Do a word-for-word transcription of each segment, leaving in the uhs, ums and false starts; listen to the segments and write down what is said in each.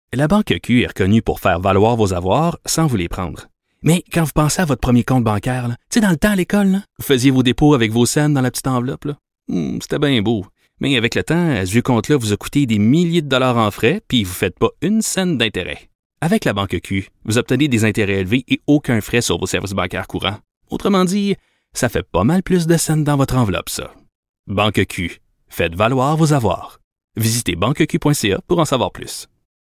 La Banque Q est reconnue pour faire valoir vos avoirs sans vous les prendre. Mais quand vous pensez à votre premier compte bancaire, tu sais, dans le temps à l'école, là, vous faisiez vos dépôts avec vos scènes dans la petite enveloppe. Là. Hum, c'était bien beau. Mais avec le temps, ce vieux compte-là vous a coûté des milliers de dollars en frais, puis vous ne faites pas une scène d'intérêt. Avec la Banque Q, vous obtenez des intérêts élevés et aucun frais sur vos services bancaires courants. Autrement dit, ça fait pas mal plus de scènes dans votre enveloppe, ça. Banque Q. Faites valoir vos avoirs. Visitez banque q point c a pour en savoir plus.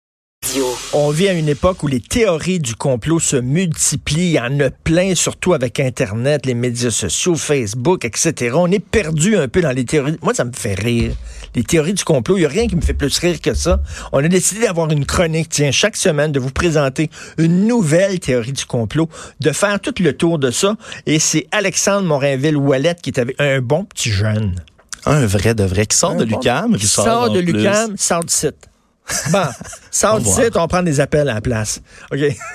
On vit à une époque où les théories du complot se multiplient. Il y en a plein, surtout avec Internet, les médias sociaux, Facebook, et cetera. On est perdu un peu dans les théories. Moi, ça me fait rire. Les théories du complot, il n'y a rien qui me fait plus rire que ça. On a décidé d'avoir une chronique, tiens, chaque semaine, de vous présenter une nouvelle théorie du complot, de faire tout le tour de ça. Et c'est Alexandre Morinville-Ouellette qui est avec un bon petit jeune. Un vrai de vrai, qui sort un de bon, l'U Q A M. Qui sort de l'U Q A M, sort du site. Bon, sort du site, on prend des appels à la place. OK.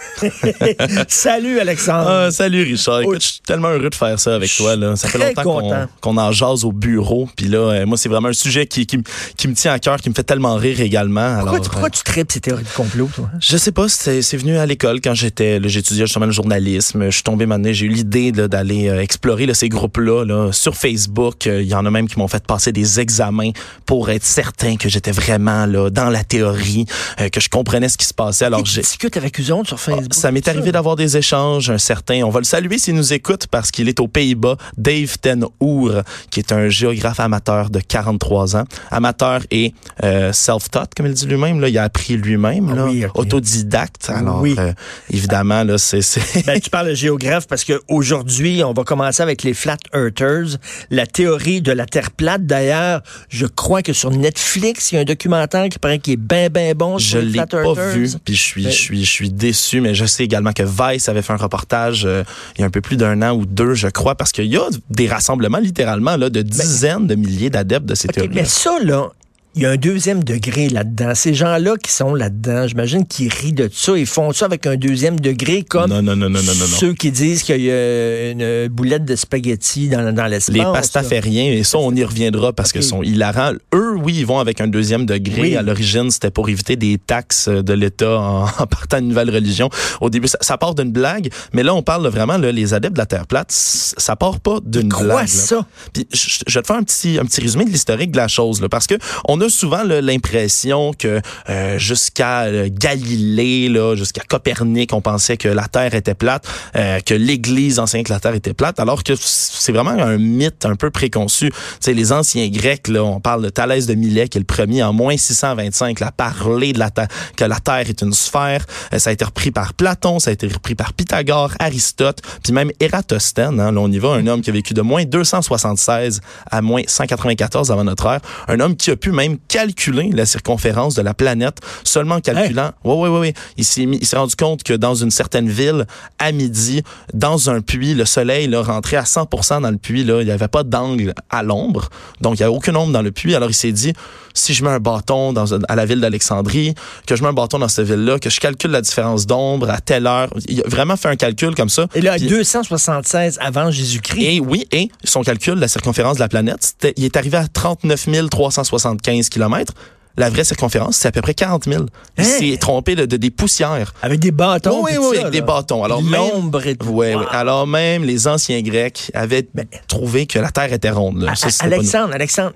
Salut, Alexandre. Ah, salut, Richard. Écoute, je suis tellement heureux de faire ça avec toi. Là. Ça fait longtemps qu'on, qu'on en jase au bureau. Puis là, euh, moi, c'est vraiment un sujet qui, qui, qui me tient à cœur, qui me fait tellement rire également. Pourquoi, Alors, tu, pourquoi euh, tu tripes ces théories de complot, toi? Je sais pas, c'est, c'est venu à l'école quand j'étais, là, j'étudiais justement le journalisme. Je suis tombé maintenant, j'ai eu l'idée là, d'aller euh, explorer là, ces groupes-là. Là. Sur Facebook, il euh, y en a même qui m'ont fait passer des examens pour être certain que j'étais vraiment là dans la théorie, euh, que je comprenais ce qui se passait. Alors, tu j'ai... discutes avec eux autres sur Facebook? Ah, ça m'est arrivé d'avoir des échanges, un certain. On va le saluer s'il nous écoute parce qu'il est aux Pays-Bas. Dave ten Oer, qui est un géographe amateur de quarante-trois ans. Amateur et euh, self-taught, comme il dit lui-même. Là, il a appris lui-même, là, ah oui, okay. autodidacte. Alors, oui. euh, évidemment, là, c'est... c'est... Ben, tu parles de géographe parce qu'aujourd'hui, on va commencer avec les Flat Earthers, la théorie de la Terre plate. D'ailleurs, je crois que sur Netflix, il y a un documentaire qui paraît qu'il est bien, bien bon. Je l'ai pas vu, puis je suis, je suis, je suis déçu, mais je sais également que Vice avait fait un reportage euh, il y a un peu plus d'un an ou deux, je crois, parce qu'il y a des rassemblements littéralement là de dizaines ben, de milliers d'adeptes de ces okay, théories. Mais ça là. Il y a un deuxième degré là-dedans. Ces gens-là qui sont là-dedans, j'imagine qu'ils rient de ça. Ils font ça avec un deuxième degré, comme non, non, non, non, non, non, ceux qui disent qu'il y a une boulette de spaghettis dans, dans l'espace. Les pastafériens, et ça, on y reviendra parce okay. qu'ils sont hilarants. Eux, oui, ils vont avec un deuxième degré. Oui. À l'origine, c'était pour éviter des taxes de l'État en, en partant d'une nouvelle religion. Au début, ça, ça part d'une blague, mais là, on parle là, vraiment, là, les adeptes de la Terre plate, ça part pas d'une blague. Quoi ça? Puis, je, je vais te faire un petit, un petit résumé de l'historique de la chose, là, parce que on a souvent là, l'impression que euh, jusqu'à euh, Galilée, là, jusqu'à Copernic, on pensait que la Terre était plate, euh, que l'Église enseignait que la Terre était plate, alors que c'est vraiment un mythe un peu préconçu. Tu sais, les anciens Grecs, là, on parle de Thalès de Milet, qui est le premier en moins six cent vingt-cinq, là, parler de la Terre, que la Terre est une sphère. Euh, ça a été repris par Platon, ça a été repris par Pythagore, Aristote, puis même Ératosthène. Hein, là, on y va, un homme qui a vécu de moins deux cent soixante-seize à moins cent quatre-vingt-quatorze avant notre ère. Un homme qui a pu même calculer la circonférence de la planète seulement en calculant. Oui, oui, oui. Il s'est, mis, il s'est rendu compte que dans une certaine ville, à midi, dans un puits, le soleil là, rentrait à cent pour cent dans le puits. Là, il n'y avait pas d'angle à l'ombre. Donc, il n'y avait aucune ombre dans le puits. Alors, il s'est dit, si je mets un bâton dans, à la ville d'Alexandrie, que je mets un bâton dans cette ville-là, que je calcule la différence d'ombre à telle heure. Il a vraiment fait un calcul comme ça. Et là, à deux cent soixante-seize avant Jésus-Christ. Et oui, et son calcul de la circonférence de la planète, c'était, il est arrivé à trente-neuf mille trois cent soixante-quinze kilomètres. La vraie circonférence, c'est à peu près quarante mille. Il hein? s'est trompé de, de des poussières. Avec des bâtons. Oui, oui, oui, avec là. des bâtons. Alors L'ombre même, et tout. Ouais, wow. ouais. Alors même, les anciens Grecs avaient ben, trouvé que la Terre était ronde. Là. Ça, Alexandre, Alexandre,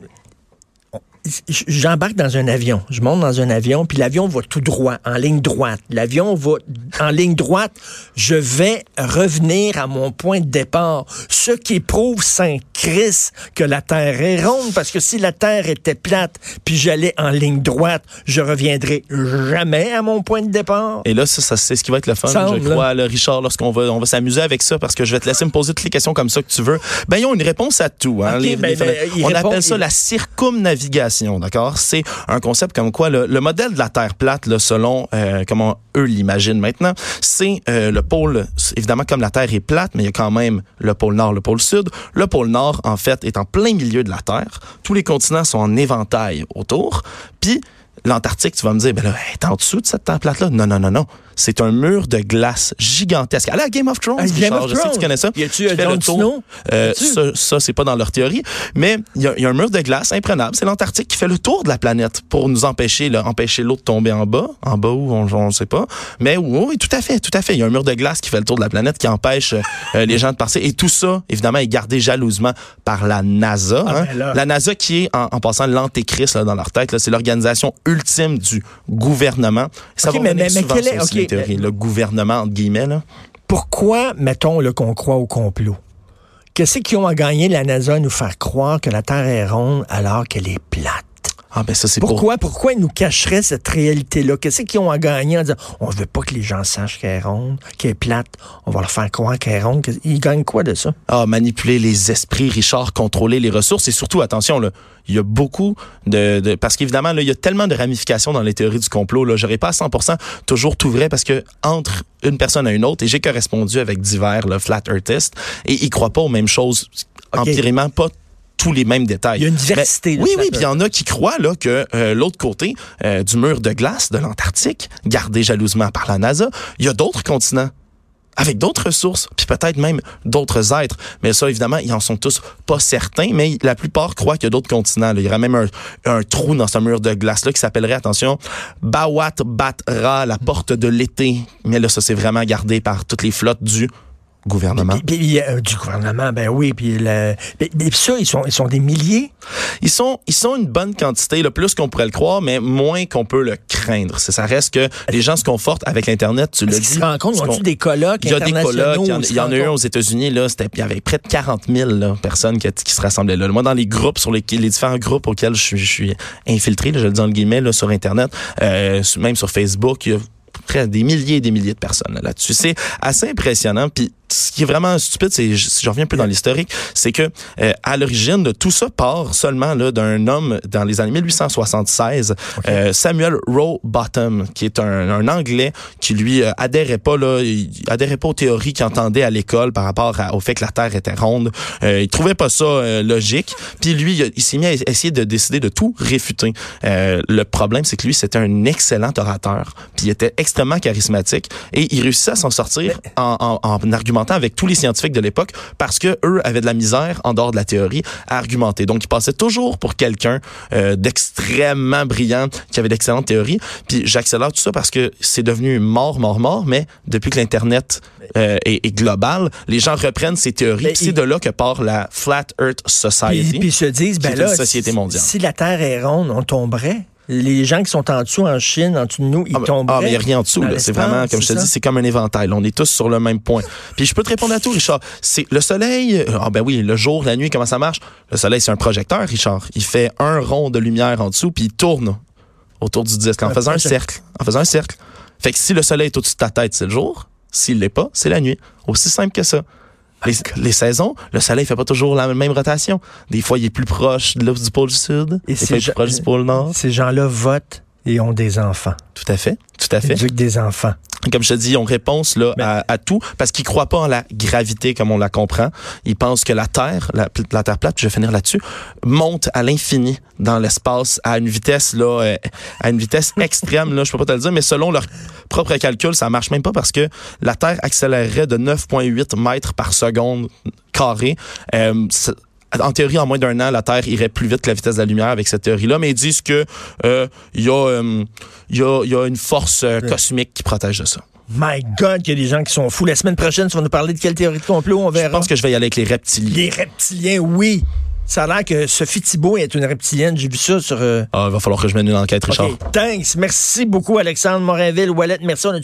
j'embarque dans un avion. Je monte dans un avion, puis l'avion va tout droit, en ligne droite. L'avion va en ligne droite. Je vais revenir à mon point de départ. Ce qui prouve Saint-Christ que la Terre est ronde, parce que si la Terre était plate, puis j'allais en ligne droite, je reviendrai jamais à mon point de départ. Et là, ça, ça c'est ce qui va être le fun, Semble, je crois, là, Richard, lorsqu'on va, on va s'amuser avec ça, parce que je vais te laisser me poser toutes les questions comme ça que tu veux. Ben, ils ont une réponse à tout. Hein, okay, les, ben, les, ben, on répond, appelle ça il... la circumnavigation. D'accord? C'est un concept comme quoi le, le modèle de la Terre plate, là, selon euh, comment eux l'imaginent maintenant, c'est euh, le pôle, évidemment comme la Terre est plate, mais il y a quand même le pôle Nord, le pôle Sud. Le pôle Nord, en fait, est en plein milieu de la Terre. Tous les continents sont en éventail autour. Puis l'Antarctique, tu vas me dire, ben là, elle est en dessous de cette Terre plate-là. Non, non, non, non. c'est un mur de glace gigantesque. Allez à Game of Thrones, Ah, Game Richard, of je sais que tu connais ça. Y a-tu uh, Jon Snow? Euh, ça, ça, c'est pas dans leur théorie. Mais il y, y a un mur de glace imprenable. C'est l'Antarctique qui fait le tour de la planète pour nous empêcher, là, empêcher l'eau de tomber en bas. En bas où, on ne sait pas. Mais oui, tout à fait, tout à fait. Il y a un mur de glace qui fait le tour de la planète qui empêche euh, les gens de passer. Et tout ça, évidemment, est gardé jalousement par la NASA. Ah, hein. ben La NASA qui est, en, en passant, l'antéchrist là, dans leur tête. Là, c'est l'organisation ultime du gouvernement. Ça okay, va mais, revenir mais, souvent mais ça est, aussi, okay, les théories. Le gouvernement, entre guillemets. Là. Pourquoi, mettons, là, qu'on croit au complot? Qu'est-ce qu'ils ont à gagner, la NASA, à nous faire croire que la Terre est ronde alors qu'elle est plate? Ah ben ça, c'est Pourquoi, pour... pourquoi ils nous cacheraient cette réalité-là? Qu'est-ce qu'ils ont à gagner en disant on veut pas que les gens sachent qu'elle est ronde, qu'elle est plate, on va leur faire croire qu'elle est ronde? Ils gagnent quoi de ça? Ah, manipuler les esprits, Richard, contrôler les ressources et surtout, attention, là, il y a beaucoup de... de parce qu'évidemment, là, il y a tellement de ramifications dans les théories du complot. Là, j'aurais pas à cent pour cent toujours tout vrai parce que entre une personne et une autre, et j'ai correspondu avec divers là, flat earthistes, et ils croient pas aux mêmes choses, okay. Empirément, pas tous les mêmes détails. Il y a une diversité. Mais, oui, oui, puis il y en a qui croient là que euh, l'autre côté euh, du mur de glace de l'Antarctique, gardé jalousement par la NASA, il y a d'autres continents avec d'autres ressources, puis peut-être même d'autres êtres. Mais ça, évidemment, ils en sont tous pas certains, mais la plupart croient qu'il y a d'autres continents. Là. Il y aurait même un, un trou dans ce mur de glace-là qui s'appellerait, attention, Bawat Batra, la porte de l'été. Mais là, ça, c'est vraiment gardé par toutes les flottes du gouvernement. Puis, puis, euh, du gouvernement, ben oui. Puis, le, puis, puis ça, ils sont, ils sont des milliers. Ils sont, ils sont une bonne quantité, là, plus qu'on pourrait le croire, mais moins qu'on peut le craindre. Ça, ça reste que les gens se confortent avec l'Internet. Tu Est-ce le qu'ils dis. se rencontrent? Ils ont-tu des colloques internationaux? Il y a des colloques. Il y en, il y en a eu aux États-Unis. Là, c'était, il y avait près de quarante mille là, personnes qui, qui se rassemblaient là. Moi, dans les groupes, sur les, les différents groupes auxquels je suis, je suis infiltré, là, je le dis en guillemets, là, sur Internet, euh, même sur Facebook, il y a près des milliers et des milliers de personnes là, là-dessus. C'est assez impressionnant. Puis ce qui est vraiment stupide, c'est, si je reviens un peu dans l'historique, c'est que euh, à l'origine de tout ça part seulement là d'un homme dans les années mille huit cent soixante-seize, okay. euh, Samuel Rowbottom, qui est un, un Anglais qui lui euh, adhérait pas là, il adhérait pas aux théories qu'il entendait à l'école par rapport à, au fait que la Terre était ronde. Euh, il trouvait pas ça euh, logique. Puis lui, il, il s'est mis à essayer de décider de tout réfuter. Euh, le problème, c'est que lui, c'était un excellent orateur. Puis il était extrêmement charismatique et il réussissait à s'en sortir en, en, en argumentant avec tous les scientifiques de l'époque parce que eux avaient de la misère en dehors de la théorie à argumenter. Donc, ils passaient toujours pour quelqu'un euh, d'extrêmement brillant qui avait d'excellentes théories. Puis, j'accélère tout ça parce que c'est devenu mort, mort, mort, mais depuis que l'Internet euh, est, est global, les gens reprennent ces théories. Puis, c'est il... de là que part la Flat Earth Society. Puis, puis ils se disent, ben là, une société mondiale. Si la Terre est ronde, on tomberait. Les gens qui sont en dessous, en Chine, en dessous de nous, ils ah, tomberaient. Ah, mais il n'y a rien en dessous. Là. C'est vraiment, comme je te ça? dis, c'est comme un éventail. Là. On est tous sur le même point. Puis je peux te répondre à tout, Richard. C'est le soleil. Ah ben oui, le jour, la nuit, comment ça marche? Le soleil, c'est un projecteur, Richard. Il fait un rond de lumière en dessous, puis il tourne autour du disque en un faisant projet. un cercle. En faisant un cercle. Fait que si le soleil est au-dessus de ta tête, c'est le jour. S'il l'est pas, c'est la nuit. Aussi simple que ça. Les, les saisons, le soleil fait pas toujours la même rotation. Des fois, il est plus proche de du pôle sud. Et des fois, il est plus proche du pôle nord. Ces gens-là votent et ont des enfants. Tout à fait, tout à fait. Ils éduquent des enfants. Comme je te dis, on réponse là Mais... à, à tout parce qu'ils croient pas en la gravité comme on la comprend. Ils pensent que la Terre, la, la Terre plate, puis je vais finir là-dessus, monte à l'infini dans l'espace à une vitesse là, euh, à une vitesse extrême là. Je peux pas te le dire, mais selon leur propre calcul, ça marche même pas parce que la Terre accélérerait de neuf virgule huit mètres par seconde carré. Euh, En théorie, en moins d'un an, la Terre irait plus vite que la vitesse de la lumière avec cette théorie-là, mais ils disent que euh, y a, euh, y a, y a une force euh, cosmique qui protège de ça. My God, qu'il y a des gens qui sont fous. La semaine prochaine, tu vas nous parler de quelle théorie de complot, on verra. Je pense que je vais y aller avec les reptiliens. Les reptiliens, oui. Ça a l'air que Sophie Thibault est une reptilienne. J'ai vu ça sur... Euh... Ah, il va falloir que je mène une enquête, Richard. Okay, thanks. Merci beaucoup, Alexandre Morinville. Wallet, merci. On a